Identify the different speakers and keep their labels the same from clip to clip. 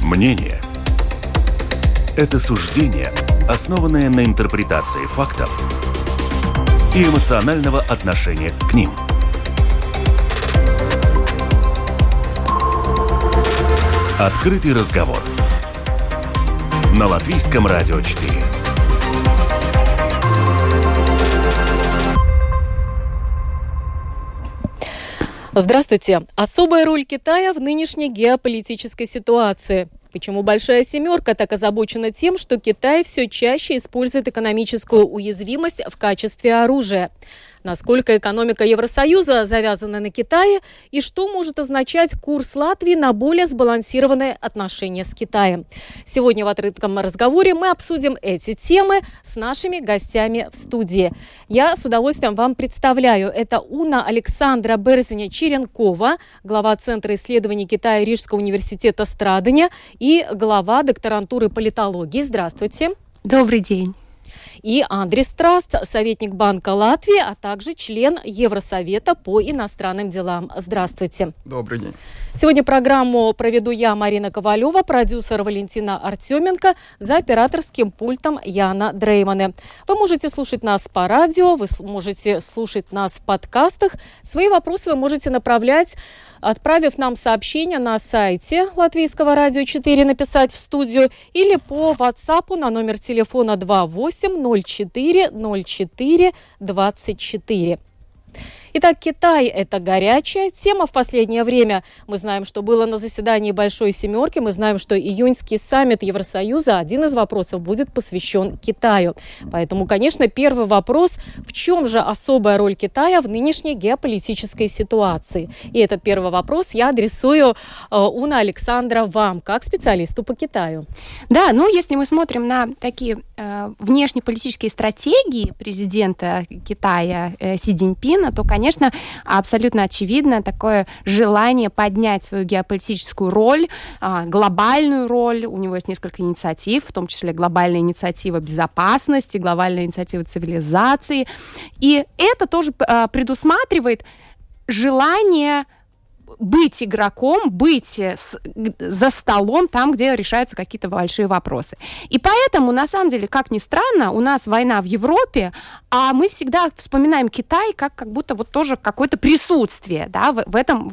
Speaker 1: Мнение – это суждение, основанное на интерпретации фактов и эмоционального отношения к ним. Открытый разговор на Латвийском радио 4.
Speaker 2: Здравствуйте. Особая роль Китая в нынешней геополитической ситуации. Почему Большая Семерка так озабочена тем, что Китай все чаще использует экономическую уязвимость в качестве оружия? Насколько экономика Евросоюза завязана на Китае и что может означать курс Латвии на более сбалансированные отношения с Китаем? Сегодня в открытом разговоре мы обсудим эти темы с нашими гостями в студии. Я с удовольствием вам представляю. Это Уна Александра Берзиня-Черенкова, глава Центра исследований Китая Рижского университета Страдания и глава докторантуры политологии. Здравствуйте.
Speaker 3: Добрый день.
Speaker 2: И Андрис Траст, советник Банка Латвии, а также член Евросовета по иностранным делам. Здравствуйте.
Speaker 4: Добрый день.
Speaker 2: Сегодня программу проведу я, Марина Ковалева, продюсер Валентина Артеменко, за операторским пультом Яна Дреймане. Вы можете слушать нас по радио, вы можете слушать нас в подкастах. Свои вопросы вы можете направлять, отправив нам сообщение на сайте Латвийского радио 4, написать в студию, или по WhatsApp на номер телефона 28040424. Итак, Китай – это горячая тема в последнее время. Мы знаем, что было на заседании Большой Семерки. Мы знаем, что июньский саммит Евросоюза, один из вопросов, будет посвящен Китаю. Поэтому, конечно, первый вопрос – в чем же особая роль Китая в нынешней геополитической ситуации? И этот первый вопрос я адресую, Уна Александра, вам, как специалисту по Китаю.
Speaker 3: Да, если мы смотрим на такие внешнеполитические стратегии президента Китая Си Цзиньпина, то, конечно, абсолютно очевидно такое желание поднять свою геополитическую роль, глобальную роль. У него есть несколько инициатив, в том числе глобальная инициатива безопасности, глобальная инициатива цивилизации. И это тоже предусматривает желание быть игроком, быть за столом там, где решаются какие-то большие вопросы. И поэтому, на самом деле, как ни странно, у нас война в Европе, а мы всегда вспоминаем Китай как будто вот тоже какое-то присутствие, да, в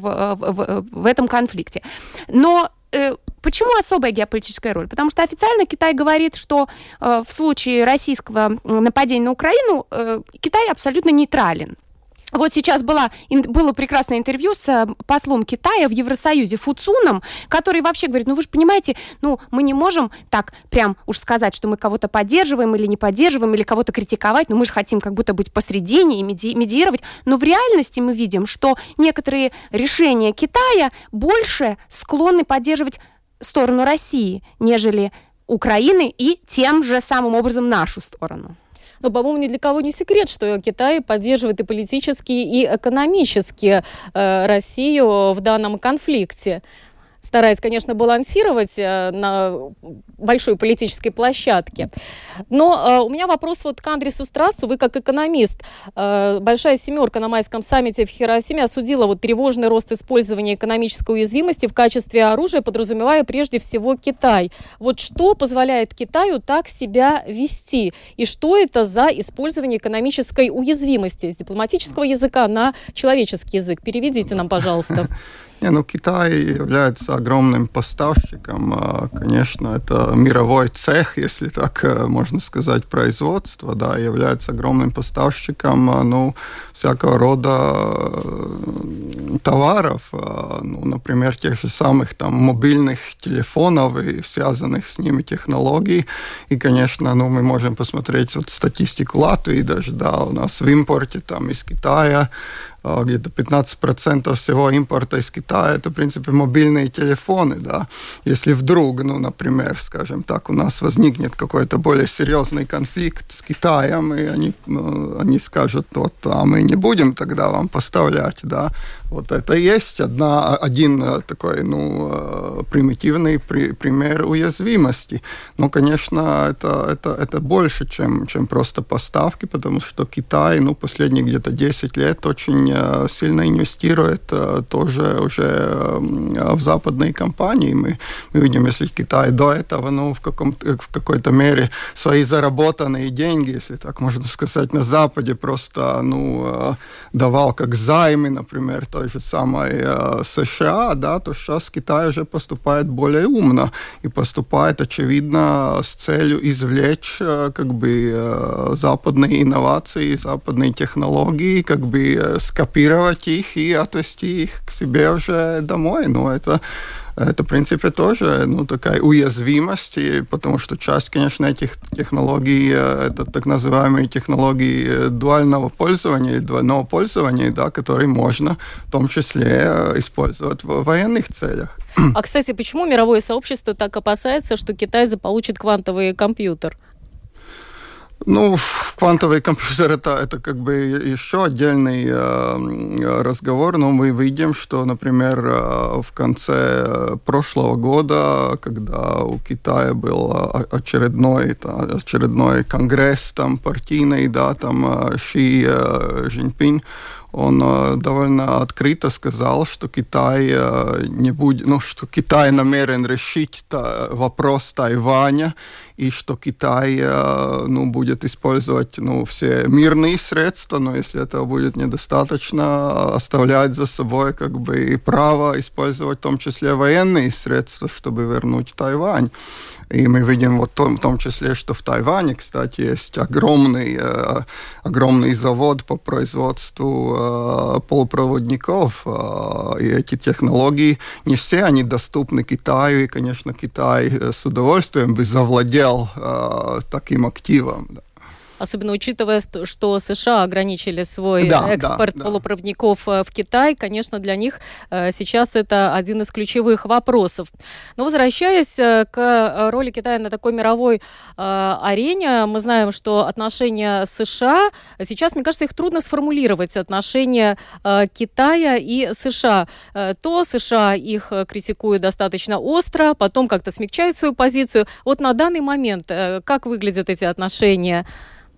Speaker 3: этом конфликте. Но почему особая геополитическая роль? Потому что официально Китай говорит, что в случае российского нападения на Украину Китай абсолютно нейтрален. Вот сейчас было прекрасное интервью с послом Китая в Евросоюзе Фу Цуном, который вообще говорит, вы же понимаете, мы не можем так прям уж сказать, что мы кого-то поддерживаем или не поддерживаем, или кого-то критиковать, мы же хотим как будто быть посредине и медиировать. Но в реальности мы видим, что некоторые решения Китая больше склонны поддерживать сторону России, нежели Украины и тем же самым образом нашу сторону.
Speaker 2: Но, по-моему, ни для кого не секрет, что Китай поддерживает и политически, и экономически Россию в данном конфликте. Стараясь, конечно, балансировать на большой политической площадке. Но у меня вопрос к Андрису Страссу. Вы как экономист. Большая Семерка на майском саммите в Хиросиме осудила тревожный рост использования экономической уязвимости в качестве оружия, подразумевая прежде всего Китай. Что позволяет Китаю так себя вести? И что это за использование экономической уязвимости с дипломатического языка на человеческий язык? Переведите нам, пожалуйста.
Speaker 4: Китай является огромным поставщиком, конечно, это мировой цех, если так можно сказать, производства, да, является огромным поставщиком, всякого рода товаров, например, тех же самых мобильных телефонов и связанных с ними технологий, и, конечно, мы можем посмотреть статистику Латвии даже, да, у нас в импорте из Китая где-то 15% всего импорта из Китая – это, в принципе, мобильные телефоны, да. Если вдруг, например, скажем так, у нас возникнет какой-то более серьезный конфликт с Китаем, и они скажут, а мы не будем тогда вам поставлять, да. Это есть один такой, примитивный пример уязвимости. Но, конечно, это больше, чем просто поставки, потому что Китай, последние где-то 10 лет очень сильно инвестирует тоже уже в западные компании. Мы видим, если Китай до этого, в какой-то мере свои заработанные деньги, если так можно сказать, на Западе просто, давал как займы, например, той же самой США, да, то сейчас Китай уже поступает более умно и поступает, очевидно, с целью извлечь западные инновации, западные технологии, скопировать их и отвести их к себе уже домой. Это, в принципе, тоже такая уязвимость, потому что часть, конечно, этих технологий, это так называемые технологии дуального пользования или двойного пользования, да, которые можно в том числе использовать в военных целях.
Speaker 2: А, кстати, почему мировое сообщество так опасается, что Китай заполучит квантовый компьютер?
Speaker 4: Квантовый компьютер это еще отдельный разговор, но мы видим, что, например, в конце прошлого года, когда у Китая был очередной конгресс партийный, Ши Цзиньпин, он довольно открыто сказал, что Китай что Китай намерен решить вопрос Тайваня, и что Китай будет использовать все мирные средства, но если этого будет недостаточно, оставлять за собой и право использовать в том числе военные средства, чтобы вернуть Тайвань. И мы видим в том числе, что в Тайване, кстати, есть огромный завод по производству полупроводников. И эти технологии, не все они доступны Китаю. И, конечно, Китай с удовольствием бы завладел таким активом.
Speaker 2: Особенно учитывая, что США ограничили свой экспорт полупроводников в Китай, конечно, для них сейчас это один из ключевых вопросов. Но возвращаясь к роли Китая на такой мировой арене, мы знаем, что отношения США, сейчас, мне кажется, их трудно сформулировать, отношения Китая и США. То США их критикуют достаточно остро, потом как-то смягчают свою позицию. Вот на данный момент как выглядят эти отношения?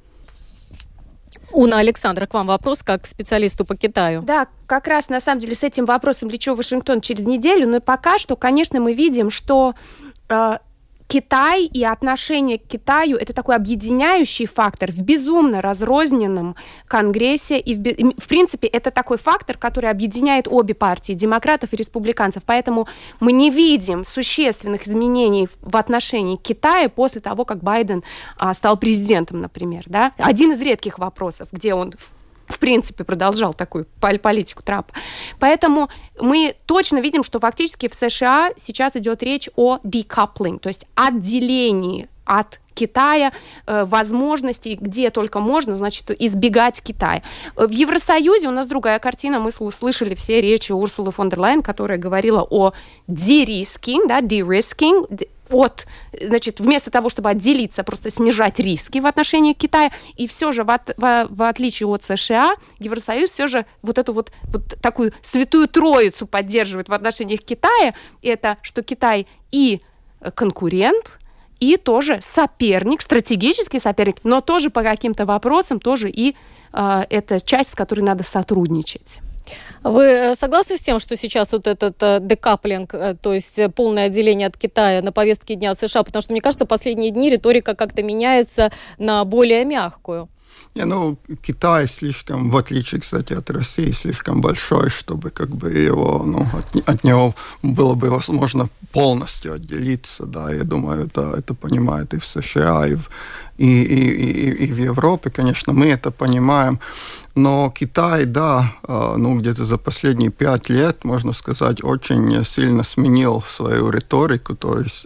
Speaker 2: Уна, Александра, к вам вопрос как к специалисту по Китаю.
Speaker 3: Да, как раз на самом деле с этим вопросом лечу в Вашингтон через неделю, но пока что, конечно, мы видим, что Китай и отношение к Китаю – это такой объединяющий фактор в безумно разрозненном Конгрессе. И, в принципе, это такой фактор, который объединяет обе партии, демократов и республиканцев. Поэтому мы не видим существенных изменений в отношении к Китаю после того, как Байден стал президентом, например. Да? Один из редких вопросов, где он в принципе, продолжал такую политику Трампа. Поэтому мы точно видим, что фактически в США сейчас идет речь о decoupling, то есть отделении от Китая, возможностей, где только можно, значит, избегать Китая. В Евросоюзе у нас другая картина. Мы слышали все речи Урсулы фон дер Лайен, которая говорила о de-risking, значит, вместо того, чтобы отделиться, просто снижать риски в отношении Китая. И все же, в отличие от США, Евросоюз все же вот эту вот такую святую троицу поддерживает в отношениях Китая. Это что Китай и конкурент, и тоже соперник, стратегический соперник, но тоже по каким-то вопросам тоже и это часть, с которой надо сотрудничать.
Speaker 2: Вы согласны с тем, что сейчас вот этот декаплинг, то есть полное отделение от Китая на повестке дня США? Потому что, мне кажется, в последние дни риторика как-то меняется на более мягкую.
Speaker 4: Китай слишком, в отличие, кстати, от России, слишком большой, чтобы его, от него было бы возможно полностью отделиться. Да, я думаю, это понимают и в США, и в Европе, конечно, мы это понимаем. Но Китай, где-то за последние 5 лет, можно сказать, очень сильно сменил свою риторику, то есть,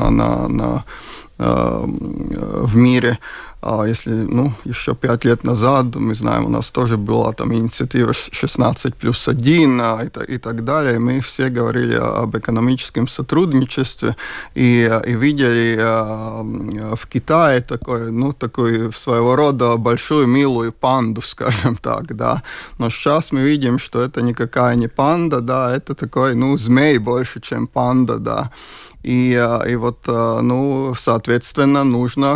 Speaker 4: в мире. Если, еще 5 лет назад, мы знаем, у нас тоже была там инициатива 16+1 и так далее. Мы все говорили об экономическом сотрудничестве и видели в Китае такую своего рода большую милую панду, скажем так, да. Но сейчас мы видим, что это никакая не панда, да, это такой, змей больше, чем панда, да. И вот, соответственно, нужно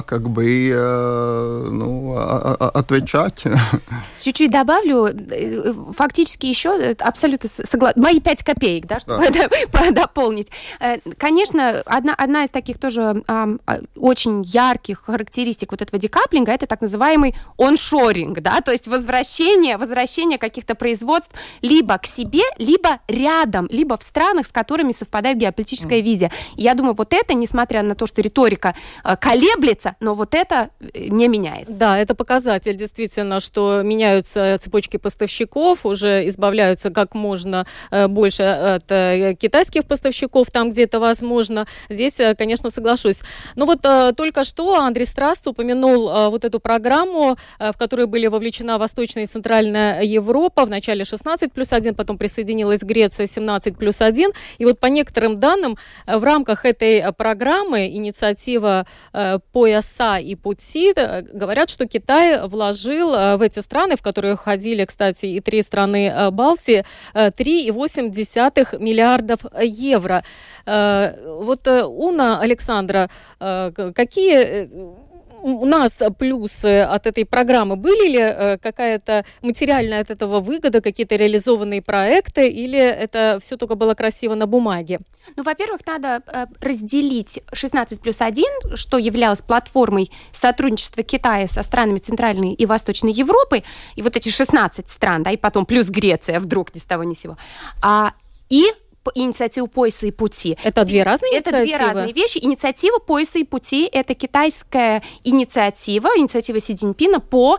Speaker 4: отвечать.
Speaker 3: Чуть-чуть добавлю, фактически еще абсолютно мои 5 копеек, да, чтобы дополнить. Конечно, одна из таких тоже очень ярких характеристик вот этого декаплинга — это так называемый оншоринг, да, то есть возвращение каких-то производств либо к себе, либо рядом, либо в странах, с которыми совпадает геополитическое видение. Я думаю, вот это, несмотря на то, что риторика колеблется, но вот это не меняется.
Speaker 2: Да, это показатель действительно, что меняются цепочки поставщиков, уже избавляются как можно больше от китайских поставщиков, там, где это возможно. Здесь, конечно, соглашусь. Но вот только что Андрей Страст упомянул вот эту программу, в которой были вовлечена Восточная и Центральная Европа. Вначале 16+1, потом присоединилась Греция 17+1. И вот по некоторым данным в рамках этой программы инициатива «Пояса и пути» говорят, что Китай вложил в эти страны, в которые входили, кстати, и 3 страны Балтии, 3,8 миллиардов евро. Вот, Уна, Александра, какие у нас плюсы от этой программы? Были ли какая-то материальная от этого выгода, какие-то реализованные проекты, или это все только было красиво на бумаге?
Speaker 3: Во-первых, надо разделить 16+1, что являлось платформой сотрудничества Китая со странами Центральной и Восточной Европы, и вот эти 16 стран, да, и потом плюс Греция вдруг ни с того ни с сего, и инициативу «Пояса и пути».
Speaker 2: Это две разные инициативы?
Speaker 3: Это две разные вещи. Инициатива «Пояса и пути» — это китайская инициатива Си Цзиньпина по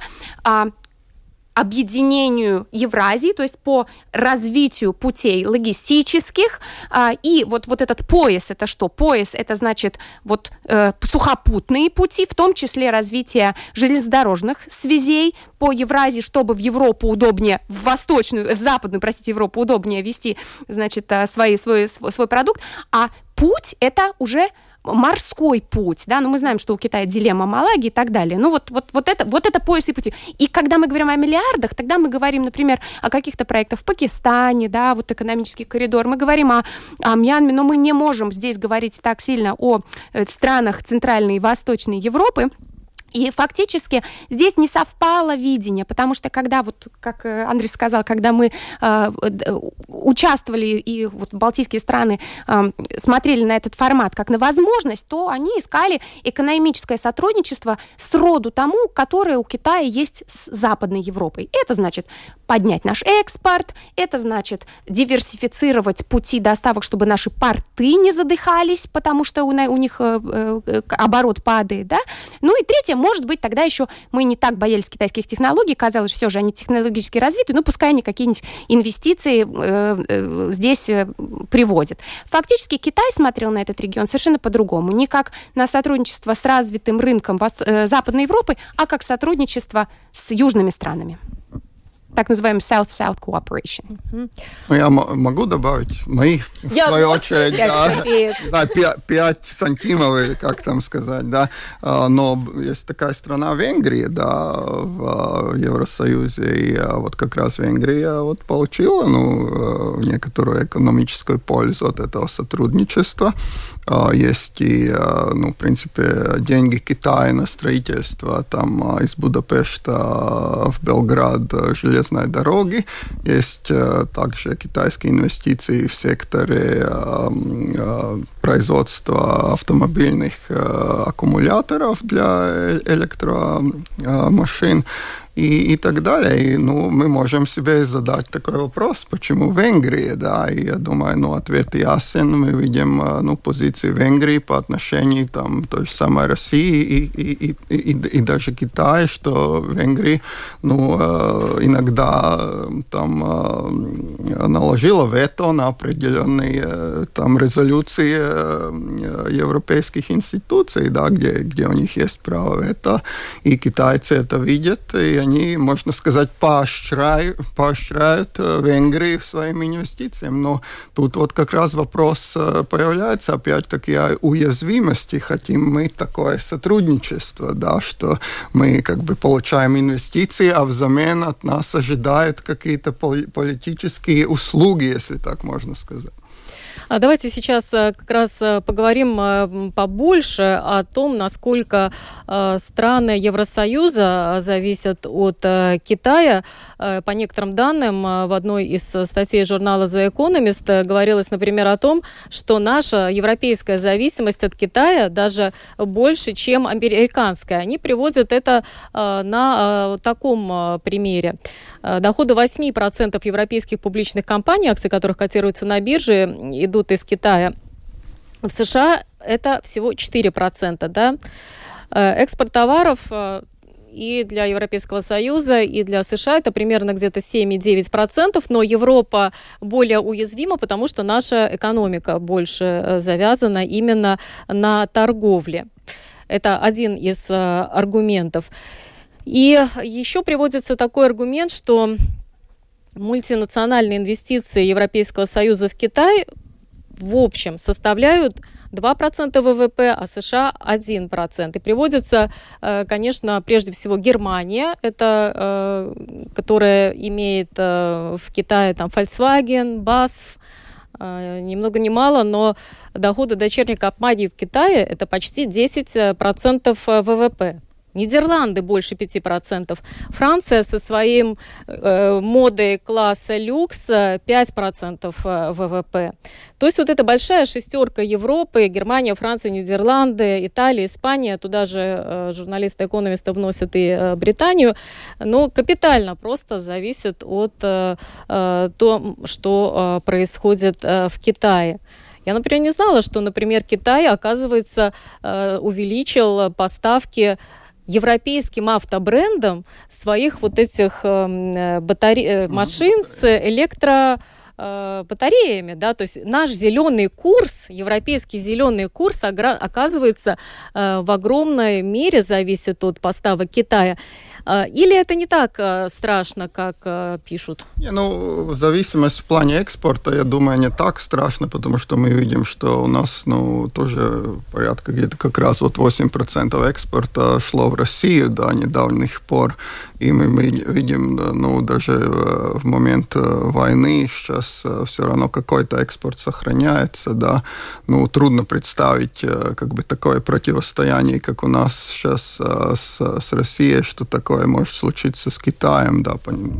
Speaker 3: объединению Евразии, то есть по развитию путей логистических. И вот этот пояс — это что? Пояс — это значит сухопутные пути, в том числе развитие железнодорожных связей по Евразии, чтобы в Европу удобнее, в западную Европу удобнее везти, значит, свой продукт. А путь — это уже морской путь, да, мы знаем, что у Китая дилемма Малаги и так далее. Вот это пояс и пути. И когда мы говорим о миллиардах, тогда мы говорим, например, о каких-то проектах в Пакистане, да, вот экономический коридор, мы говорим о Мьянме, но мы не можем здесь говорить так сильно о странах Центральной и Восточной Европы. И фактически здесь не совпало видение, потому что когда, вот, как Андрей сказал, когда мы участвовали, и вот балтийские страны смотрели на этот формат как на возможность, то они искали экономическое сотрудничество сроду тому, которое у Китая есть с Западной Европой. Это значит поднять наш экспорт, это значит диверсифицировать пути доставок, чтобы наши порты не задыхались, потому что у них оборот падает, да. Ну и третье, может быть, тогда еще мы не так боялись китайских технологий, казалось, все же они технологически развиты, пускай они какие-нибудь инвестиции здесь приводят. Фактически Китай смотрел на этот регион совершенно по-другому, не как на сотрудничество с развитым рынком Западной Европы, а как сотрудничество с южными странами. Так называемый South-South Cooperation.
Speaker 4: Я могу добавить в свою очередь, 5 сантимов, или как там сказать, да. Но есть такая страна Венгрия, да, в Евросоюзе, и вот как раз Венгрия получила, некоторую экономическую пользу от этого сотрудничества. Есть и, в принципе, деньги Китая на строительство там из Будапешта в Белград железной дороги. Есть также китайские инвестиции в секторе производства автомобильных аккумуляторов для электромашин. И так далее. И, мы можем себе задать такой вопрос, почему Венгрия, да, и я думаю, ответ ясен. Мы видим, позиции Венгрии по отношению там той же самой России и даже Китая, что Венгрия, иногда там наложила вето на определенные там резолюции европейских институций, да, где у них есть право вето, и китайцы это видят, и они, можно сказать, поощряют Венгрию своими инвестициями. Но тут вот как раз вопрос появляется, опять-таки, о уязвимости. Хотим мы такое сотрудничество, да, что мы как бы получаем инвестиции, а взамен от нас ожидают какие-то политические услуги, если так можно сказать.
Speaker 2: Давайте сейчас как раз поговорим побольше о том, насколько страны Евросоюза зависят от Китая. По некоторым данным, в одной из статей журнала The Economist говорилось, например, о том, что наша европейская зависимость от Китая даже больше, чем американская. Они приводят это на таком примере. Доходы 8% европейских публичных компаний, акции которых котируются на бирже, идут из Китая. В США это всего 4%. Да? Экспорт товаров и для Европейского Союза, и для США это примерно где-то 7,9%, но Европа более уязвима, потому что наша экономика больше завязана именно на торговле. Это один из аргументов. И еще приводится такой аргумент, что мультинациональные инвестиции Европейского Союза в Китай в общем составляют 2% ВВП, а США 1%. И приводится, конечно, прежде всего Германия, это, которая имеет в Китае там Volkswagen, BASF, ни много ни мало, но доходы дочерних компаний в Китае это почти 10% ВВП. Нидерланды больше 5%. Франция со своим модой класса люкс 5% ВВП. То есть вот эта большая шестерка Европы, Германия, Франция, Нидерланды, Италия, Испания, туда же журналисты-экономисты вносят и Британию, но капитально просто зависит от того, что происходит в Китае. Я, например, не знала, что, например, Китай, оказывается, увеличил поставки европейским автобрендам своих вот этих машин с электробатареями, да, то есть наш зеленый курс, европейский зеленый курс, оказывается, в огромной мере зависит от поставок Китая. Или это не так страшно, как пишут?
Speaker 4: Зависимость в плане экспорта, я думаю, не так страшно, потому что мы видим, что у нас, тоже порядка где-то как раз вот 8% экспорта шло в Россию до недавних пор. И мы видим, даже в момент войны сейчас все равно какой-то экспорт сохраняется, да. Трудно представить как бы такое противостояние, как у нас сейчас с Россией, что такое может случиться с Китаем, да.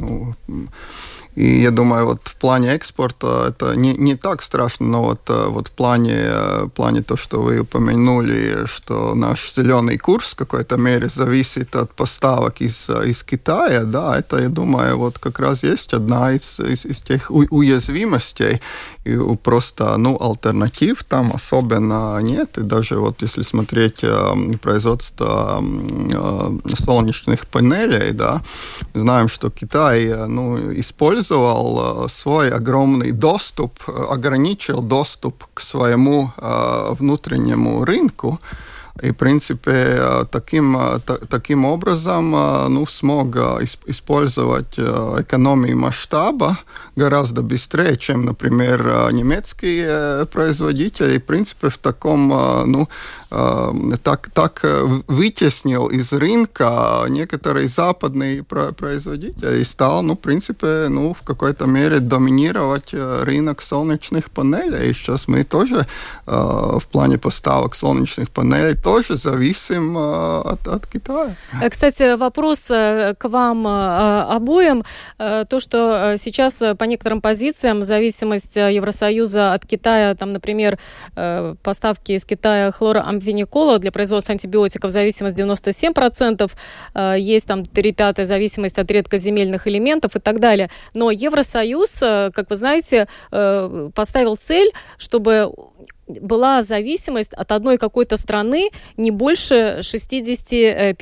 Speaker 4: И я думаю, вот в плане экспорта это не так страшно, но вот в плане то, что вы упомянули, что наш зеленый курс в какой-то мере зависит от поставок из Китая, да, это, я думаю, вот как раз есть одна из тех уязвимостей, и просто, альтернатив там особенно нет, и даже вот если смотреть производство солнечных панелей, да, знаем, что Китай, использовал свой огромный доступ, ограничил доступ к своему внутреннему рынку. И, в принципе, таким образом смог использовать экономию масштаба гораздо быстрее, чем, например, немецкие производители. И, в принципе, в таком, так вытеснил из рынка некоторые западные производители и стал, в принципе, в какой-то мере доминировать рынок солнечных панелей. И сейчас мы тоже в плане поставок солнечных панелей тоже зависим от Китая.
Speaker 2: Кстати, вопрос к вам обоим. То, что сейчас по некоторым позициям зависимость Евросоюза от Китая, там, например, поставки из Китая хлороамфеникола для производства антибиотиков, зависимость 97%, есть там 3/5 зависимость от редкоземельных элементов и так далее. Но Евросоюз, как вы знаете, поставил цель, чтобы была зависимость от одной какой-то страны не больше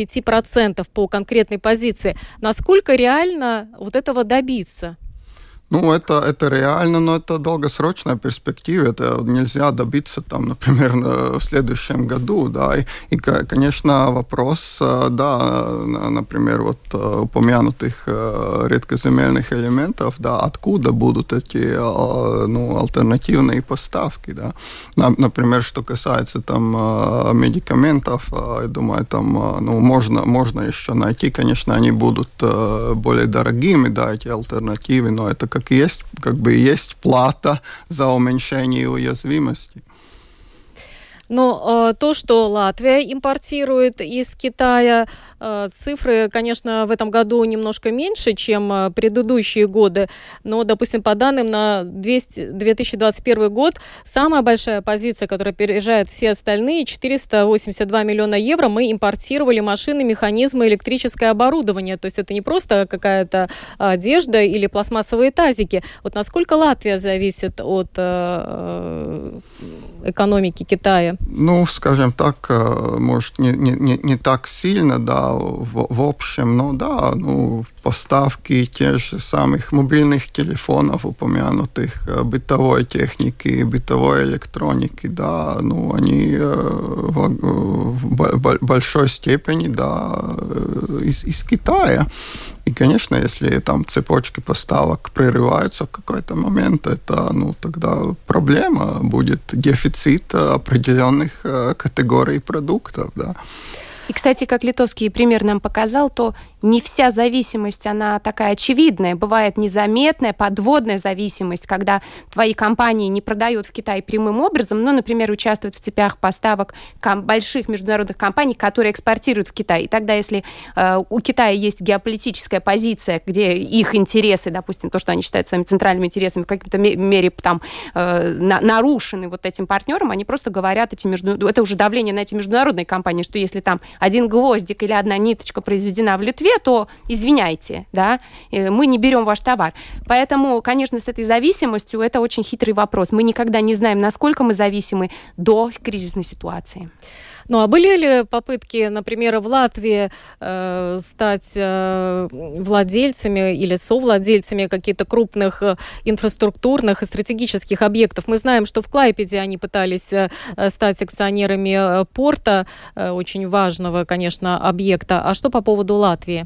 Speaker 2: 65% по конкретной позиции. Насколько реально вот этого добиться?
Speaker 4: Ну, это реально, но это долгосрочная перспектива. Это нельзя добиться, там, например, в следующем году, да. И конечно, вопрос, да, например, вот упомянутых редкоземельных элементов, да, откуда будут эти, альтернативные поставки, да. Например, что касается там медикаментов, я думаю, там, можно еще найти, конечно, они будут более дорогими, да, эти альтернативы, но это есть плата за уменьшение уязвимости.
Speaker 2: Но то, что Латвия импортирует из Китая, цифры, конечно, в этом году немножко меньше, чем предыдущие годы. Но, допустим, по данным на 2021 год, самая большая позиция, которая опережает все остальные, 482 миллиона евро, мы импортировали машины, механизмы, электрическое оборудование. То есть это не просто какая-то одежда или пластмассовые тазики. Вот насколько Латвия зависит от экономики Китая?
Speaker 4: Ну, скажем так, может, не так сильно, да, в общем, но да, поставки тех же самых мобильных телефонов, упомянутых, бытовой техники, бытовой электроники, да, они в большой степени, да, из Китая. И, конечно, если там цепочки поставок прерываются в какой-то момент, это, тогда проблема будет, дефицит определенных категорий продуктов, да.
Speaker 3: И, кстати, как литовский пример нам показал, то не вся зависимость, она такая очевидная. Бывает незаметная, подводная зависимость, когда твои компании не продают в Китай прямым образом, например, участвуют в цепях поставок больших международных компаний, которые экспортируют в Китай. И тогда, если у Китая есть геополитическая позиция, где их интересы, допустим, то, что они считают своими центральными интересами, в какой-то мере там нарушены вот этим партнерам, они просто говорят, это уже давление на эти международные компании, что если там один гвоздик или одна ниточка произведена в Литве, то извиняйте, да, мы не берем ваш товар. Поэтому, конечно, с этой зависимостью это очень хитрый вопрос. Мы никогда не знаем, насколько мы зависимы до кризисной ситуации.
Speaker 2: Ну, а были ли попытки, например, в Латвии стать владельцами или совладельцами каких-то крупных инфраструктурных и стратегических объектов? Мы знаем, что в Клайпеде они пытались стать акционерами порта, очень важного, конечно, объекта. А что по поводу Латвии?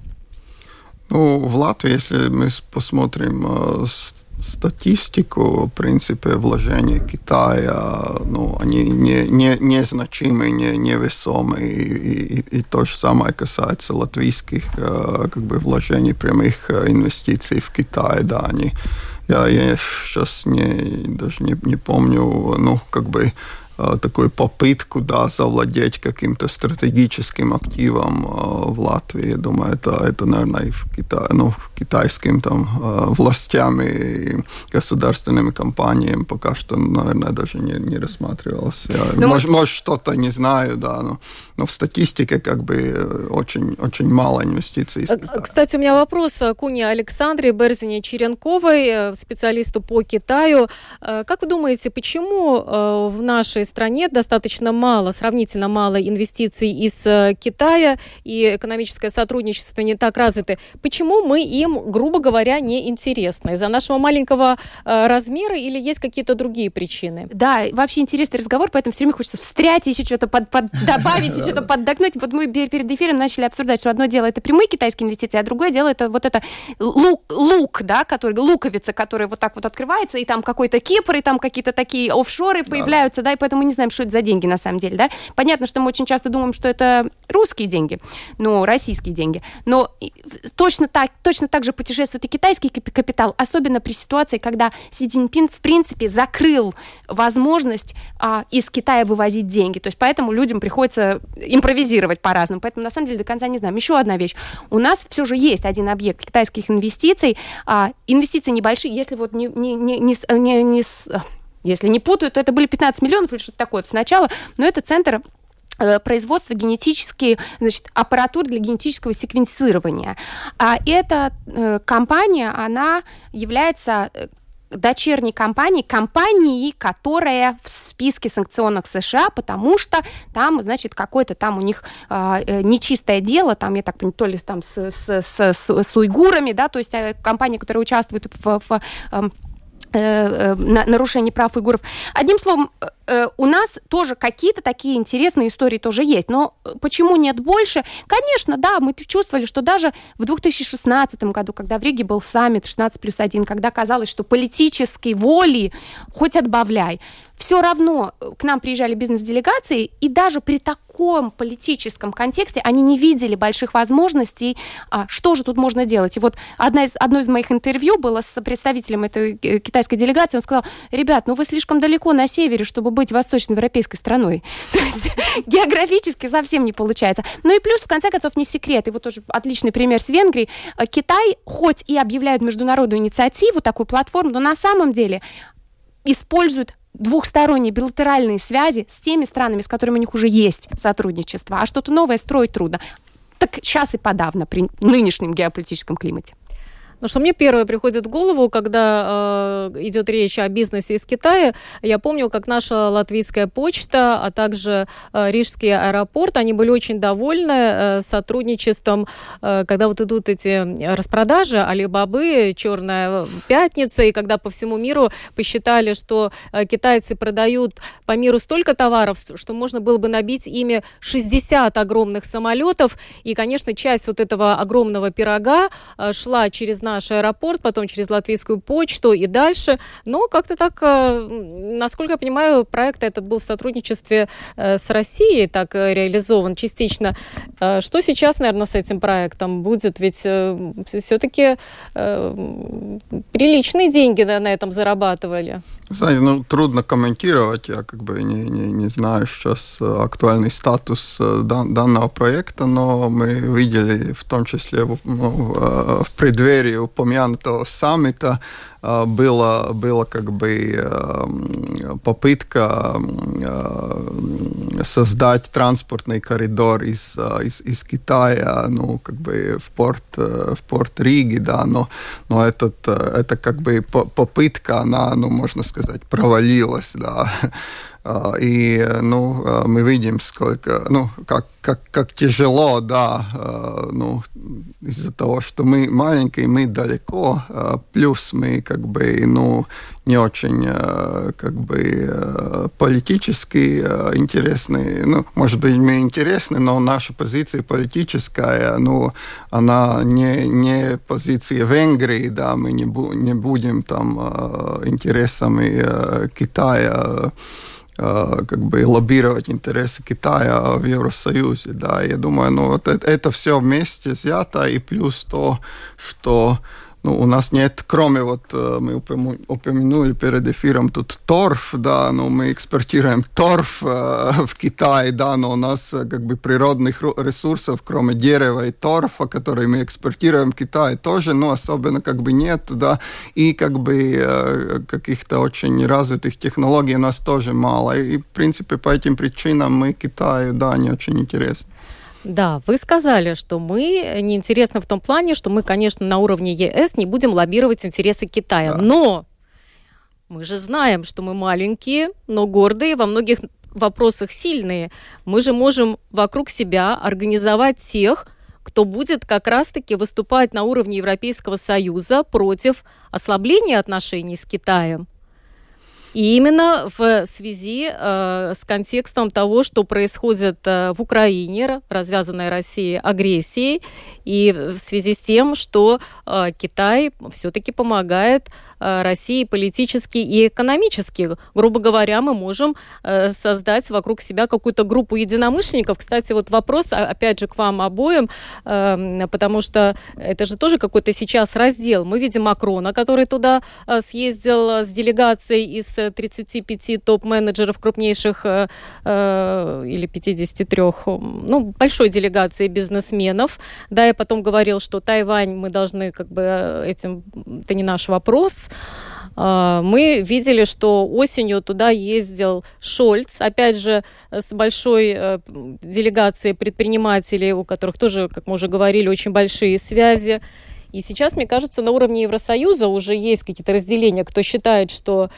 Speaker 4: В Латвии, если мы посмотрим статистику, в принципе, вложения Китая, они незначимые, невесомые, и то же самое касается латвийских вложений, прямых инвестиций в Китай, да, я сейчас даже не помню, такую попытку, да, завладеть каким-то стратегическим активом в Латвии. Я думаю, это наверное, и в китайским там властям и государственными компаниями пока что, наверное, даже не рассматривалось. Может, что-то не знаю, да, но в статистике очень, очень мало инвестиций из Китая.
Speaker 2: Кстати, у меня вопрос к Куне Александре Берзине-Черенковой, специалисту по Китаю. Как вы думаете, почему в нашей стране достаточно мало, сравнительно мало инвестиций из Китая и экономическое сотрудничество не так развито? Почему мы им, грубо говоря, не интересны? Из-за нашего маленького размера или есть какие-то другие причины?
Speaker 3: Да, вообще интересный разговор, поэтому все время хочется встрять, еще что-то добавить, что-то поддакнуть. Вот мы перед эфиром начали обсуждать, что одно дело это прямые китайские инвестиции, а другое дело это вот это лук, да, луковица, которая вот так вот открывается, и там какой-то Кипр, и там какие-то такие офшоры появляются, да, и поэтому мы не знаем, что это за деньги на самом деле, да. Понятно, что мы очень часто думаем, что это русские деньги, российские деньги, но точно так же путешествует и китайский капитал, особенно при ситуации, когда Си Цзиньпин, в принципе, закрыл возможность из Китая вывозить деньги. То есть поэтому людям приходится импровизировать по-разному. Поэтому, на самом деле, до конца не знаем. Еще одна вещь. У нас все же есть один объект китайских инвестиций. Инвестиции небольшие, если вот если не путаю, то это были 15 миллионов или что-то такое сначала, но это центр производства аппаратуры для генетического секвенцирования. Эта компания, она является дочерней компании, которая в списке санкционных США, потому что там, значит, какое-то там у них нечистое дело, там, я так понимаю, то ли там с уйгурами, да, то есть компания, которая участвует в нарушении прав уйгуров. Одним словом, у нас тоже какие-то такие интересные истории тоже есть. Но почему нет больше? Конечно, да, мы чувствовали, что даже в 2016 году, когда в Риге был саммит 16+1, когда казалось, что политической воли хоть отбавляй, все равно к нам приезжали бизнес-делегации, и даже при таком политическом контексте они не видели больших возможностей, что же тут можно делать. И вот одно из моих интервью было с представителем этой китайской делегации, он сказал: ребят, ну вы слишком далеко на севере, чтобы быть восточноевропейской страной. То есть географически совсем не получается. Ну и плюс, в конце концов, не секрет, и вот тоже отличный пример с Венгрией, Китай, хоть и объявляет международную инициативу, такую платформу, но на самом деле использует двухсторонние билатеральные связи с теми странами, с которыми у них уже есть сотрудничество, а что-то новое строить трудно. Так сейчас и подавно при нынешнем геополитическом климате.
Speaker 2: Ну, что мне первое приходит в голову, когда идет речь о бизнесе из Китая, я помню, как наша латвийская почта, а также Рижский аэропорт, они были очень довольны сотрудничеством, когда вот идут эти распродажи Алибабы, Черная пятница, и когда по всему миру посчитали, что китайцы продают по миру столько товаров, что можно было бы набить ими 60 огромных самолетов, и, конечно, часть вот этого огромного пирога шла через наш аэропорт, потом через латвийскую почту и дальше. Но как-то так, насколько я понимаю, проект этот был в сотрудничестве с Россией так реализован частично. Что сейчас, наверное, с этим проектом будет? Ведь все-таки приличные деньги на этом зарабатывали.
Speaker 4: Знаете, ну, трудно комментировать, я как бы не знаю сейчас актуальный статус данного проекта, но мы видели в том числе в преддверии упомянутого саммита была как бы попытка создать транспортный коридор из Китая, ну, как бы в порт Риги, да, но это как бы попытка, она, ну, можно сказать, провалилась, да. И, ну, мы видим, сколько, ну, как тяжело, да, ну, из-за того, что мы маленькие, мы далеко, плюс мы, как бы, ну, не очень, как бы, политически интересны, ну, может быть, мы интересны, но наша позиция политическая, ну, она не позиция Венгрии, да, мы не будем там интересами Китая как бы лоббировать интересы Китая в Евросоюзе, да, я думаю, ну, вот это все вместе взято, и плюс то, что, ну, у нас нет, кроме вот, мы упомянули перед эфиром тут торф, да, но мы экспортируем торф в Китай, да, но у нас как бы природных ресурсов, кроме дерева и торфа, которые мы экспортируем в Китай, тоже, ну, особенно как бы нет, да, и как бы каких-то очень развитых технологий у нас тоже мало, и в принципе по этим причинам мы Китаю, да, не очень интересны.
Speaker 2: Да, вы сказали, что мы неинтересны в том плане, что мы, конечно, на уровне ЕС не будем лоббировать интересы Китая. Да. Но мы же знаем, что мы маленькие, но гордые, во многих вопросах сильные. Мы же можем вокруг себя организовать тех, кто будет как раз-таки выступать на уровне Европейского Союза против ослабления отношений с Китаем. И именно в связи с контекстом того, что происходит в Украине, развязанной Россией агрессией, и в связи с тем, что Китай все-таки помогает России политически и экономически. Грубо говоря, мы можем создать вокруг себя какую-то группу единомышленников. Кстати, вот вопрос, опять же, к вам обоим, потому что это же тоже какой-то сейчас раздел. Мы видим Макрона, который туда съездил с делегацией из 35 топ-менеджеров крупнейших или 53, ну, большой делегации бизнесменов. Да, и потом говорил, что Тайвань мы должны как бы этим, это не наш вопрос. Мы видели, что осенью туда ездил Шольц, опять же, с большой делегацией предпринимателей, у которых тоже, как мы уже говорили, очень большие связи. И сейчас, мне кажется, на уровне Евросоюза уже есть какие-то разделения, кто считает, что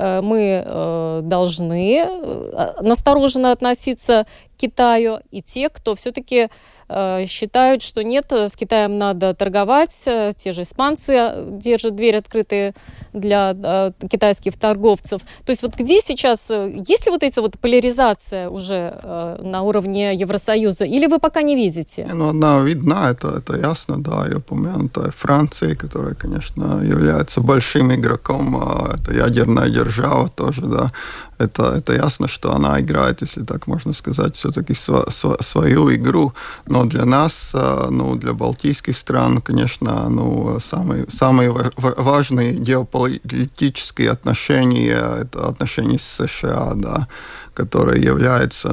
Speaker 2: мы должны настороженно относиться к Китаю, и те, кто все-таки считают, что нет, с Китаем надо торговать. Те же испанцы держат двери открытые для китайских торговцев. То есть вот где сейчас, есть ли вот эта вот поляризация уже на уровне Евросоюза, или вы пока не видите?
Speaker 4: Она видна, это ясно, да, и упомянутая Франция, которая, конечно, является большим игроком, это ядерная держава тоже, да. Это ясно, что она играет, если так можно сказать, все-таки свою игру. Но для нас, для балтийских стран, конечно, самые важные геополитические отношения – это отношения с США, да, которые являются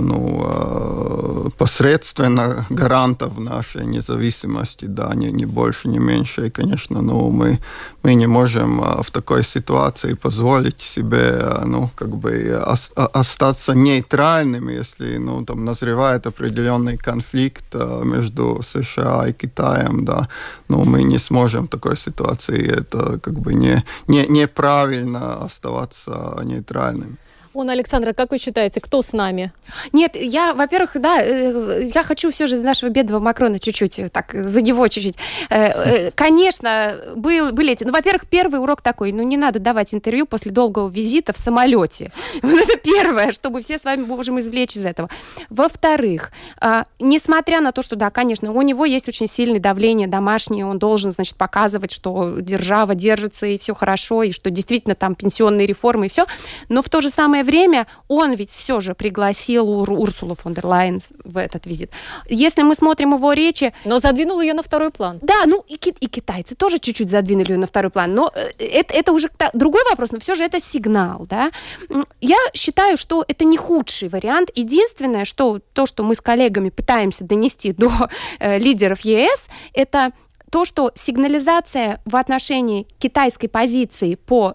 Speaker 4: посредственно гарантом нашей независимости, да, не больше, не меньше. И, конечно, мы не можем в такой ситуации позволить себе остаться нейтральными, если там назревает определенный конфликт между США и Китаем, да. Мы не сможем в такой ситуации, это неправильно оставаться нейтральным.
Speaker 2: Александра, как вы считаете, кто с нами?
Speaker 3: Нет, во-первых, да, я хочу все же нашего бедного Макрона чуть-чуть, так, за него чуть-чуть. Конечно, были эти... во-первых, первый урок такой, не надо давать интервью после долгого визита в самолете. Вот это первое, чтобы все с вами можем извлечь из этого. Во-вторых, несмотря на то, что, да, конечно, у него есть очень сильное давление домашнее, он должен, показывать, что держава держится, и все хорошо, и что действительно там пенсионные реформы, и все, но в то же самое время он ведь все же пригласил Урсулу фон дер Лайен в этот визит. Если мы смотрим его речи...
Speaker 2: Но задвинул ее на второй план.
Speaker 3: Да, и китайцы тоже чуть-чуть задвинули ее на второй план. Но это уже другой вопрос, но все же это сигнал, да. Я считаю, что это не худший вариант. Единственное, что мы с коллегами пытаемся донести до лидеров ЕС, это то, что сигнализация в отношении китайской позиции по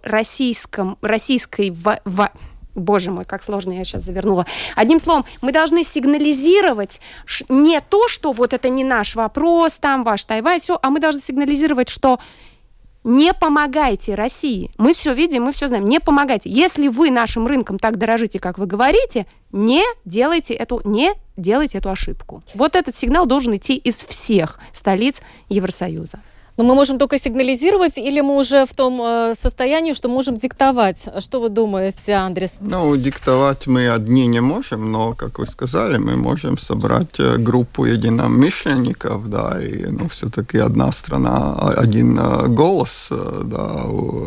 Speaker 3: Боже мой, как сложно я сейчас завернула. Одним словом, мы должны сигнализировать не то, что вот это не наш вопрос, там ваш Тайвань, все, а мы должны сигнализировать, что не помогайте России. Мы все видим, мы все знаем. Не помогайте. Если вы нашим рынком так дорожите, как вы говорите, не делайте эту ошибку. Вот этот сигнал должен идти из всех столиц Евросоюза.
Speaker 2: Но мы можем только сигнализировать, или мы уже в том состоянии, что можем диктовать? Что вы думаете, Андрес?
Speaker 4: Диктовать мы одни не можем, но, как вы сказали, мы можем собрать группу единомышленников, да, и все-таки одна страна, один голос, да,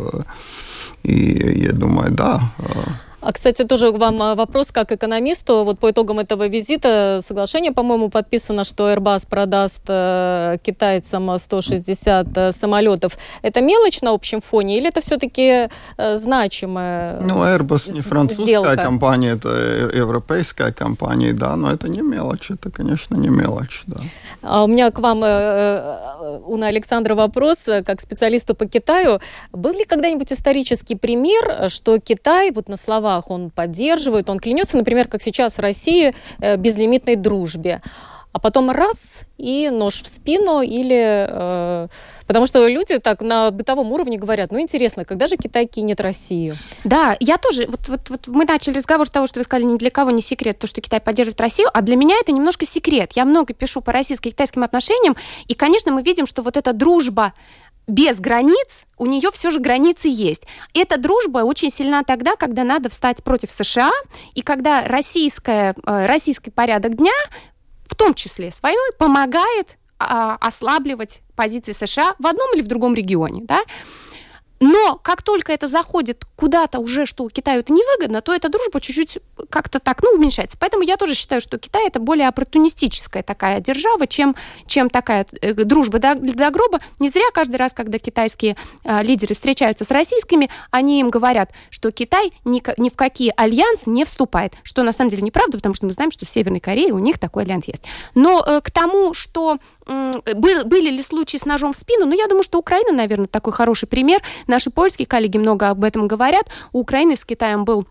Speaker 4: и я думаю, да.
Speaker 2: Кстати, тоже к вам вопрос как экономисту. Вот по итогам этого визита соглашение, по-моему, подписано, что Airbus продаст китайцам 160 самолетов. Это мелочь на общем фоне или это все-таки значимая
Speaker 4: Airbus не французская
Speaker 2: сделка?
Speaker 4: Компания, это европейская компания, да, но это не мелочь, это, конечно, не мелочь, да.
Speaker 2: У меня к вам, Уна Александра, вопрос, как специалисту по Китаю. Был ли когда-нибудь исторический пример, что Китай вот на словах он поддерживает, он клянется, например, как сейчас в России, безлимитной дружбе, а потом раз и нож в спину, или... потому что люди так на бытовом уровне говорят, интересно, когда же Китай кинет Россию?
Speaker 3: Да, я тоже... Вот мы начали разговор с того, что вы сказали, ни для кого не секрет то, что Китай поддерживает Россию, а для меня это немножко секрет. Я много пишу по российско-китайским отношениям, и, конечно, мы видим, что вот эта дружба без границ, у нее все же границы есть. Эта дружба очень сильна тогда, когда надо встать против США, и когда российский порядок дня, в том числе с войной, помогает ослабливать позиции США в одном или в другом регионе, да? Но как только это заходит куда-то уже, что Китаю это невыгодно, то эта дружба чуть-чуть как-то так, уменьшается. Поэтому я тоже считаю, что Китай это более оппортунистическая такая держава, чем такая дружба до гроба. Не зря каждый раз, когда китайские лидеры встречаются с российскими, они им говорят, что Китай ни в какие альянсы не вступает. Что на самом деле неправда, потому что мы знаем, что в Северной Корее у них такой альянс есть. Но к тому, что были ли случаи с ножом в спину, я думаю, что Украина, наверное, такой хороший пример. Наши польские коллеги много об этом говорят. У Украины с Китаем был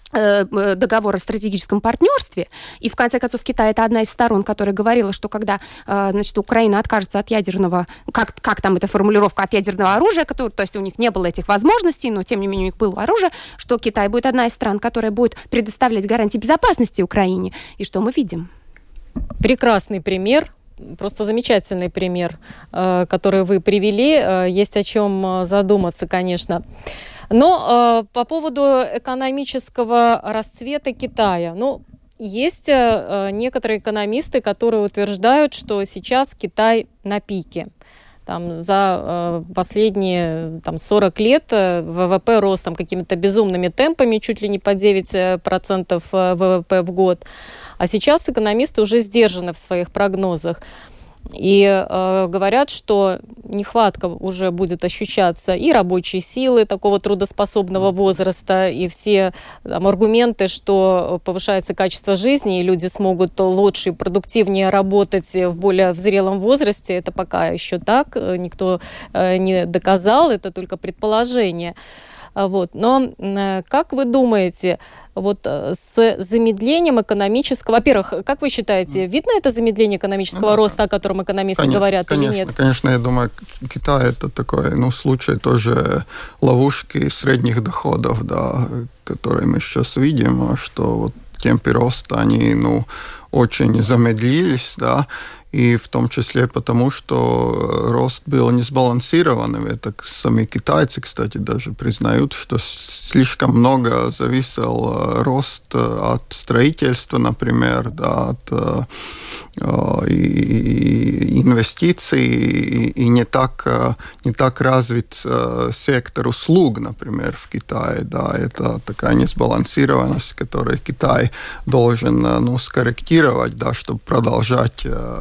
Speaker 3: договор о стратегическом партнерстве, и в конце концов Китай это одна из сторон, которая говорила, что когда, значит, Украина откажется от ядерного, как там эта формулировка, от ядерного оружия, то есть у них не было этих возможностей, но тем не менее у них было оружие, что Китай будет одна из стран, которая будет предоставлять гарантии безопасности Украине. И что мы видим?
Speaker 2: Прекрасный пример. Просто замечательный пример, который вы привели. Есть о чем задуматься, конечно. Но по поводу экономического расцвета Китая. Есть некоторые экономисты, которые утверждают, что сейчас Китай на пике. За последние 40 лет ВВП рос какими-то безумными темпами, чуть ли не по 9% ВВП в год. А сейчас экономисты уже сдержаны в своих прогнозах. И говорят, что нехватка уже будет ощущаться и рабочей силы такого трудоспособного возраста, и все аргументы, что повышается качество жизни, и люди смогут лучше и продуктивнее работать в более зрелом возрасте. Это пока еще так, никто не доказал, это только предположение. Но как вы думаете, с замедлением экономического... Во-первых, как вы считаете, видно это замедление экономического роста, о котором экономисты говорят, или нет?
Speaker 4: Конечно, я думаю, Китай это такой, случай тоже ловушки средних доходов, да, которые мы сейчас видим, что темпы роста, они, очень замедлились, да, и в том числе потому, что рост был несбалансированным. Это сами китайцы, кстати, даже признают, что слишком много зависел рост от строительства, например, да, от и инвестиций, и не так развит сектор услуг, например, в Китае. Да, это такая несбалансированность, которую Китай должен скорректировать, да, чтобы продолжать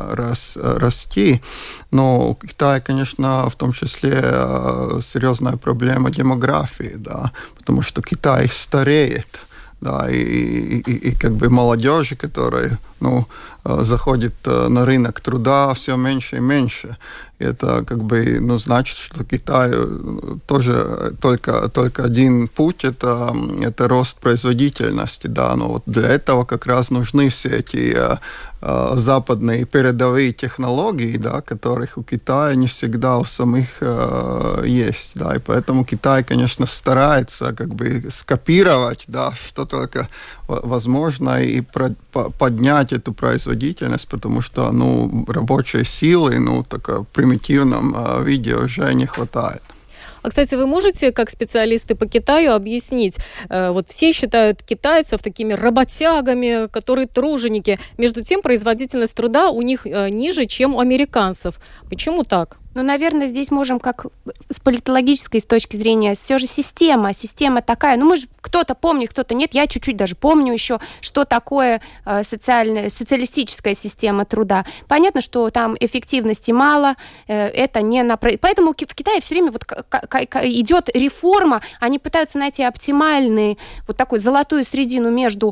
Speaker 4: расти. Но у Китая, конечно, в том числе серьезная проблема демографии, да, потому что Китай стареет. Да, и молодежи, которая заходит на рынок труда, все меньше и меньше. И это значит, что Китаю тоже только один путь, это рост производительности. Да, но для этого как раз нужны все эти западные передовые технологии, да, которых у Китая не всегда у самих есть. Да, и поэтому Китай, конечно, старается скопировать, да, что только возможно, и поднять эту производительность, потому что рабочей силы в примитивном виде уже не хватает.
Speaker 2: А, кстати, вы можете, как специалисты по Китаю, объяснить, все считают китайцев такими работягами, которые труженики. Между тем, производительность труда у них ниже, чем у американцев. Почему так?
Speaker 3: Наверное, здесь можем, как с политологической точки зрения, все же система такая. Мы же кто-то помнит, кто-то нет. Я чуть-чуть даже помню еще, что такое социалистическая система труда. Понятно, что там эффективности мало, это не Поэтому в Китае все время идет реформа, они пытаются найти оптимальную такую золотую середину между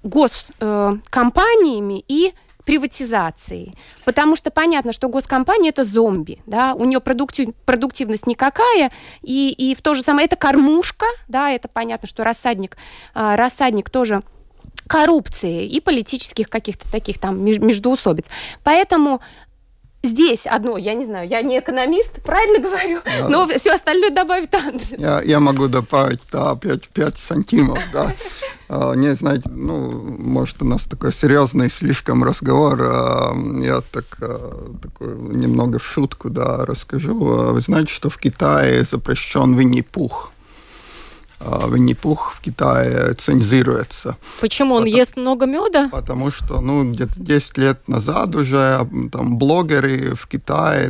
Speaker 3: госкомпаниями и приватизации. Потому что понятно, что госкомпания – это зомби, да, у нее продуктивность никакая, и в то же самое это кормушка, да, это понятно, что рассадник тоже коррупции и политических каких-то таких междоусобиц. Поэтому здесь одно, я не знаю, я не экономист, правильно говорю, но все остальное добавит Андрей.
Speaker 4: Я могу добавить, 5 сантимов, да. Не, знаете, может, у нас такой серьезный слишком разговор, я такой немного в шутку, да, расскажу. Вы знаете, что в Китае запрещен Винни-Пух? Винни-Пух в Китае цензируется.
Speaker 2: Почему? Он ест много меда?
Speaker 4: Потому что, где-то 10 лет назад уже блогеры в Китае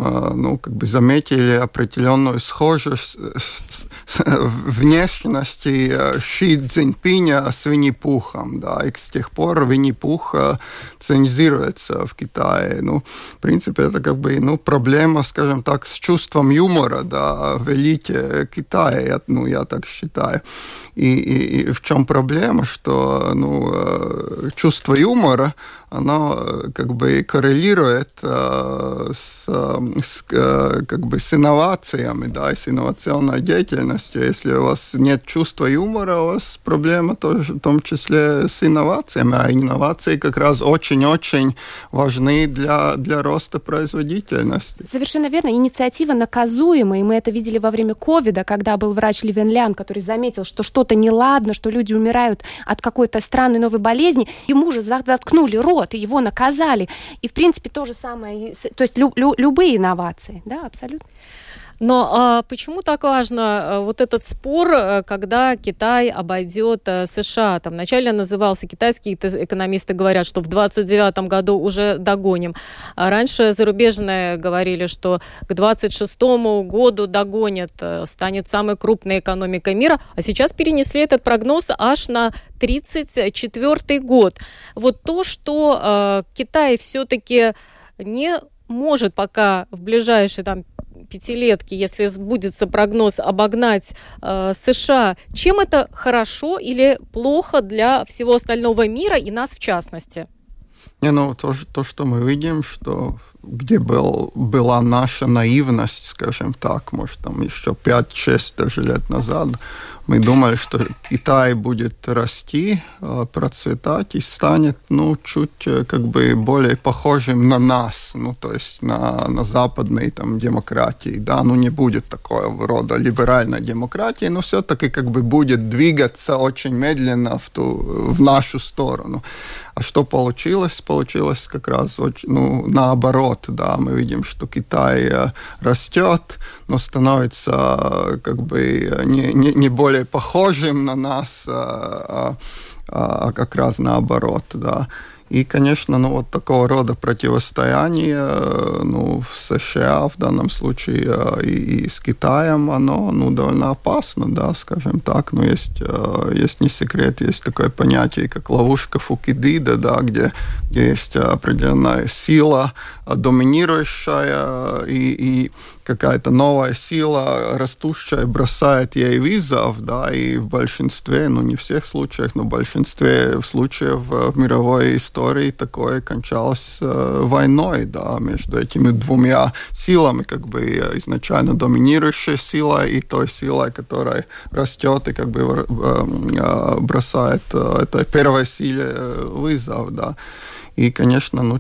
Speaker 4: заметили определенную схожесть внешности Ши Цзиньпиня с Винни-Пухом, да, и с тех пор Винни-Пух цензируется в Китае. В принципе, это проблема, скажем так, с чувством юмора, да, в элите Китая, я так считаю. И в чем проблема, что чувство юмора оно как бы коррелирует с инновациями, да, и с инновационной деятельностью. Если у вас нет чувства юмора, у вас проблема тоже, в том числе с инновациями, а инновации как раз очень-очень важны для роста производительности.
Speaker 3: Совершенно верно. Инициатива наказуема, и мы это видели во время ковида, когда был врач Ли Вен-Лян, который заметил, что что-то неладно, что люди умирают от какой-то странной новой болезни. Ему же заткнули рот, и его наказали. И, в принципе, то же самое, то есть любые инновации. Да, абсолютно.
Speaker 2: Но почему так важно вот этот спор, когда Китай обойдет США? Там вначале назывался, китайские экономисты говорят, что в 2029 году уже догоним. А раньше зарубежные говорили, что к 2026 году догонят, станет самой крупной экономикой мира. А сейчас перенесли этот прогноз аж на 1934 год. Вот то, что Китай все-таки не может пока в ближайшие пятилетки, если сбудется прогноз, обогнать США, чем это хорошо или плохо для всего остального мира и нас в частности?
Speaker 4: То, что мы видим, что где была наша наивность, скажем так, может, еще 5-6 даже лет назад, мы думали, что Китай будет расти, процветать и станет, чуть более похожим на нас, то есть на западные демократии, да, не будет такого рода либеральной демократии, но все-таки будет двигаться очень медленно в нашу сторону. А что получилось? Получилось как раз наоборот, да, мы видим, что Китай растет, но становится не более похожим на нас, а как раз наоборот, да. И, конечно, такого рода противостояние в США в данном случае и с Китаем, оно довольно опасно, да, скажем так. Но есть не секрет, есть такое понятие, как ловушка Фукидида, да, где есть определенная сила доминирующая и какая-то новая сила растущая бросает ей вызов, да, и в большинстве, не всех случаях, но в большинстве случаев в мировой истории такое кончалось войной, да, между этими двумя силами, изначально доминирующая сила и той силой, которая растет и бросает этой первой силе вызов, да. И, конечно,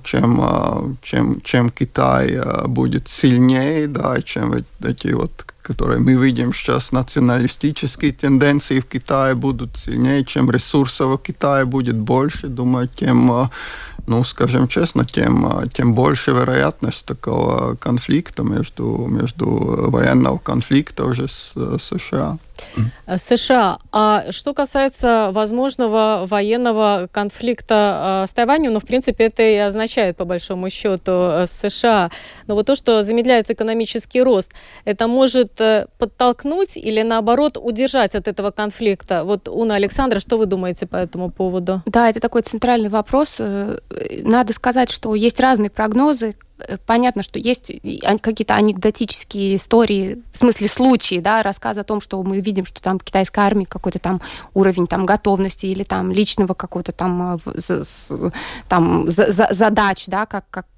Speaker 4: чем Китай будет сильнее, да, чем эти которые мы видим сейчас, националистические тенденции в Китае будут сильнее, чем ресурсов в Китае будет больше, думаю, тем, скажем честно, тем больше вероятность такого конфликта между военного конфликта уже с США.
Speaker 2: США. А что касается возможного военного конфликта с Тайванем, в принципе, это и означает, по большому счету, США. Но вот то, что замедляется экономический рост, это может подтолкнуть или, наоборот, удержать от этого конфликта? Вот, Уна, Александра, что вы думаете по этому поводу?
Speaker 3: Да, это такой центральный вопрос. Надо сказать, что есть разные прогнозы. Понятно, что есть какие-то анекдотические истории, в смысле случаи, да, рассказы о том, что мы видим, что там китайская армия какой-то уровень готовности или личного какого-то задач, да, как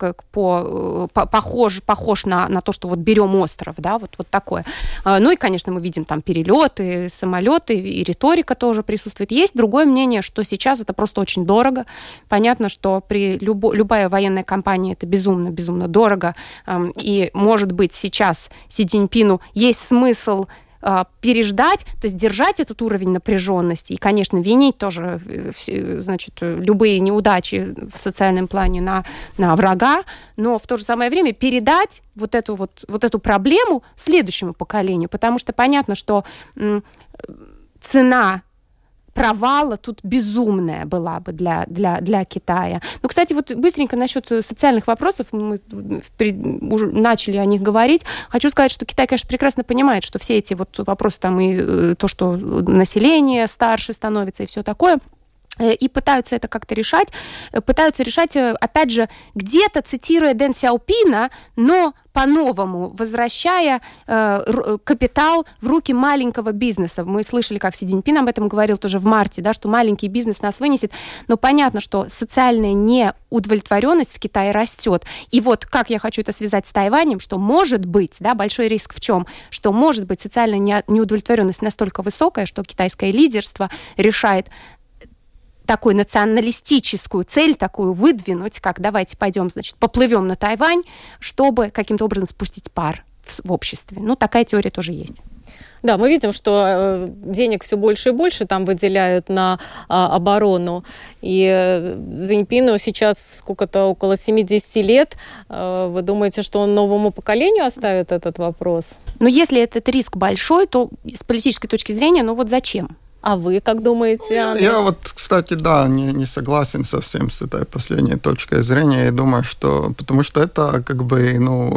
Speaker 3: похож на то, что берем остров, да, вот такое. Ну и, конечно, мы видим перелеты, самолеты, и риторика тоже присутствует. Есть другое мнение, что сейчас это просто очень дорого. Понятно, что любая военная кампания это безумно дорого, и, может быть, сейчас Си Цзиньпину есть смысл переждать, то есть держать этот уровень напряженности и, конечно, винить тоже, любые неудачи в социальном плане на врага, но в то же самое время передать вот эту проблему следующему поколению, потому что понятно, что цена провала тут безумная была бы для Китая. Ну, кстати, быстренько насчет социальных вопросов, мы уже начали о них говорить. Хочу сказать, что Китай, конечно, прекрасно понимает, что все эти вопросы и то, что население старше становится и все такое, и пытаются это как-то решать. Пытаются решать, опять же, где-то цитируя Дэн Сяопина, но по-новому, возвращая капитал в руки маленького бизнеса. Мы слышали, как Си Цзиньпин об этом говорил тоже в марте, да, что маленький бизнес нас вынесет. Но понятно, что социальная неудовлетворенность в Китае растет. И вот как я хочу это связать с Тайванем, что может быть, да, большой риск в чем? Что может быть социальная неудовлетворенность настолько высокая, что китайское лидерство решает такую националистическую цель такую выдвинуть, как давайте пойдем, значит, поплывем на Тайвань, чтобы каким-то образом спустить пар в обществе. Ну, такая теория тоже есть.
Speaker 2: Да, мы видим, что денег все больше и больше там выделяют на оборону. И Цзиньпину сейчас сколько-то, около 70 лет. Вы думаете, что он новому поколению оставит этот вопрос?
Speaker 3: Ну, если этот риск большой, то с политической точки зрения, ну вот зачем?
Speaker 2: А вы как думаете?
Speaker 4: Я вот, кстати, да, не согласен совсем с этой последней точкой зрения. Я думаю, что... Потому что это как бы,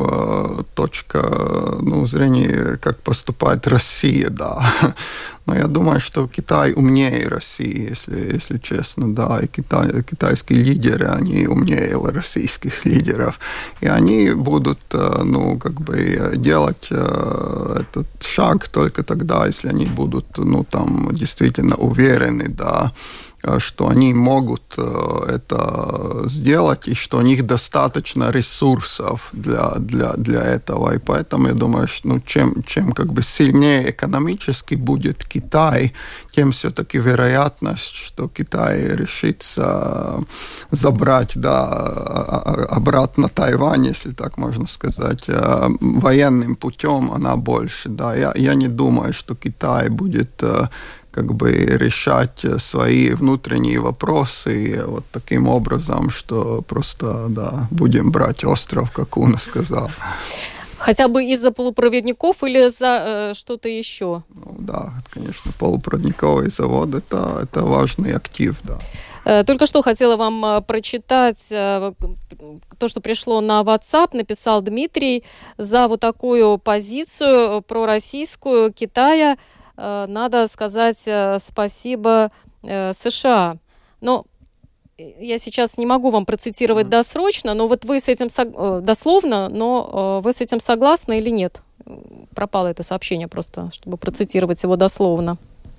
Speaker 4: точка зрения, как поступает Россия, да. Но я думаю, что Китай умнее России, если честно, да. И китайские лидеры, они умнее российских лидеров. И они будут, делать этот шаг только тогда, если они будут, действительно уверены, да, что они могут это сделать и что у них достаточно ресурсов для этого. И поэтому я думаю, что чем как бы сильнее экономически будет Китай, тем все-таки вероятность, что Китай решится забрать, да, обратно Тайвань, если так можно сказать, военным путем, она больше. Да. Я не думаю, что Китай будет как бы решать свои внутренние вопросы вот таким образом, что просто, да, будем брать остров, как Уна сказал.
Speaker 2: Хотя бы из-за полупроводников или за что-то еще?
Speaker 4: Ну да, конечно, полупроводниковый завод это важный актив, да.
Speaker 2: Только что хотела вам прочитать то, что пришло на WhatsApp, написал Дмитрий, за вот такую позицию пророссийскую Китая надо сказать спасибо США. Но я сейчас не могу вам процитировать досрочно, но вот вы с этим дословно, но вы с этим согласны или нет? Пропало это сообщение просто, чтобы процитировать его дословно.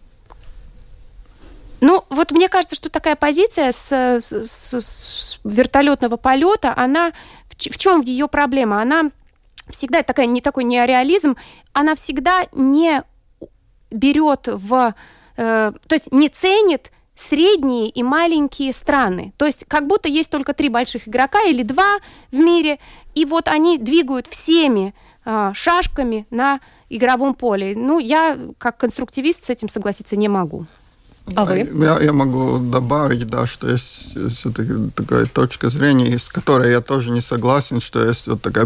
Speaker 3: Ну, вот мне кажется, что такая позиция с вертолетного полета, она в чем ее проблема? Она всегда такой неореализм, она всегда не берет то есть не ценит средние и маленькие страны. То есть как будто есть только 3 больших игрока или 2 в мире, и вот они двигают всеми шашками на игровом поле. Ну, я как конструктивист с этим согласиться не могу.
Speaker 2: А вы?
Speaker 4: Я могу добавить, да, что есть все-таки такая точка зрения, с которой я тоже не согласен, что есть вот такая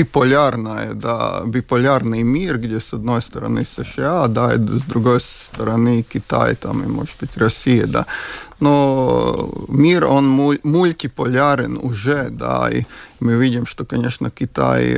Speaker 4: биполярный мир, где с одной стороны США, да, и с другой стороны Китай, там, и, может быть, Россия, да. Но мир, он мультиполярен уже, да, и мы видим, что, конечно, Китай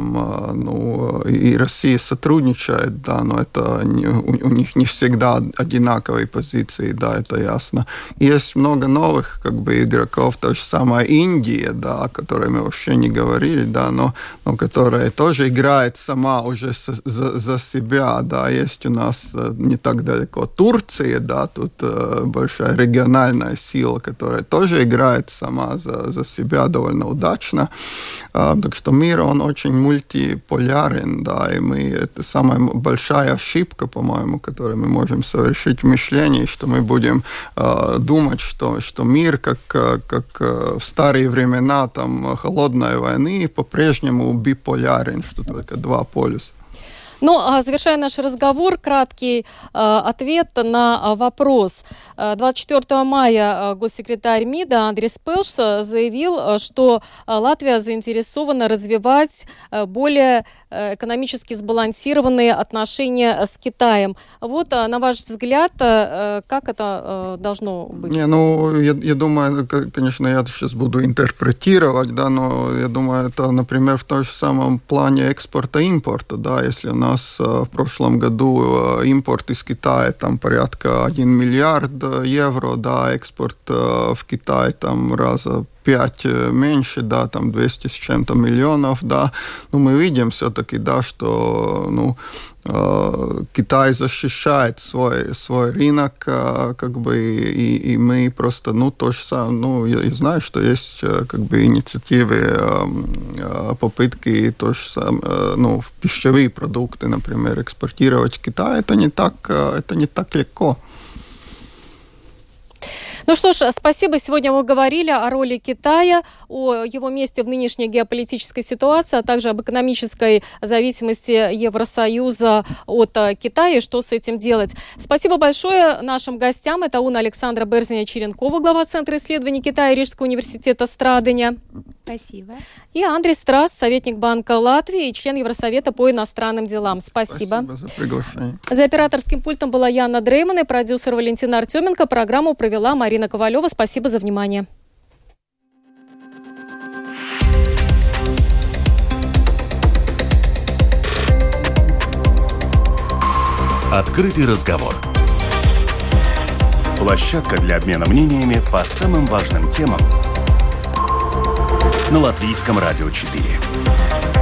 Speaker 4: там, и Россия сотрудничают, да, но это у них не всегда одинаковые позиции, да, это ясно. Есть много новых, как бы, игроков, та же самая Индия, да, о которой мы вообще не говорили, да, но которая тоже играет сама уже за себя, да. Есть у нас не так далеко Турция, да, тут большая региональная сила, которая тоже играет сама за себя довольно удачно. Так что мир, он очень мультиполярен, да, и это самая большая ошибка, по-моему, которую мы можем совершить в мышлении, что мы будем думать, что мир, как в старые времена там, холодной войны, по-прежнему биполярен, что только 2 полюса.
Speaker 2: Ну, а завершая наш разговор, краткий ответ на вопрос. 24 мая госсекретарь МИДа Андрис Пелш заявил, что Латвия заинтересована развивать более экономически сбалансированные отношения с Китаем. Вот, на ваш взгляд, как это должно быть?
Speaker 4: Я думаю, конечно, я сейчас буду интерпретировать, да, но я думаю, это, например, в том же самом плане экспорта-импорта, да, если у нас нас в прошлом году импорт из Китая там порядка 1 миллиард евро, да, экспорт в Китай там раза 5 меньше, да, там 200 с чем-то миллионов, да. Но мы видим все-таки, да, что, Китай защищает свой рынок, как бы, и мы просто, то же самое, я знаю, что есть, как бы, инициативы, попытки то же самое, в пищевые продукты, например, экспортировать в Китай. Это не так легко.
Speaker 2: Ну что ж, спасибо. Сегодня мы говорили о роли Китая, о его месте в нынешней геополитической ситуации, а также об экономической зависимости Евросоюза от Китая и что с этим делать. Спасибо большое нашим гостям. Это Уна Александра Берзиня-Черенкова, глава Центра исследований Китая Рижского университета Страдыня.
Speaker 3: Спасибо.
Speaker 2: И Андрей Страс, советник Банка Латвии и член Евросовета по иностранным делам. Спасибо.
Speaker 4: Спасибо за приглашение.
Speaker 2: За операторским пультом была Яна Дрейман и продюсер Валентина Артеменко. Программу провела Марина Ковалева. Спасибо за внимание.
Speaker 1: Открытый разговор. Площадка для обмена мнениями по самым важным темам на Латвийском радио 4.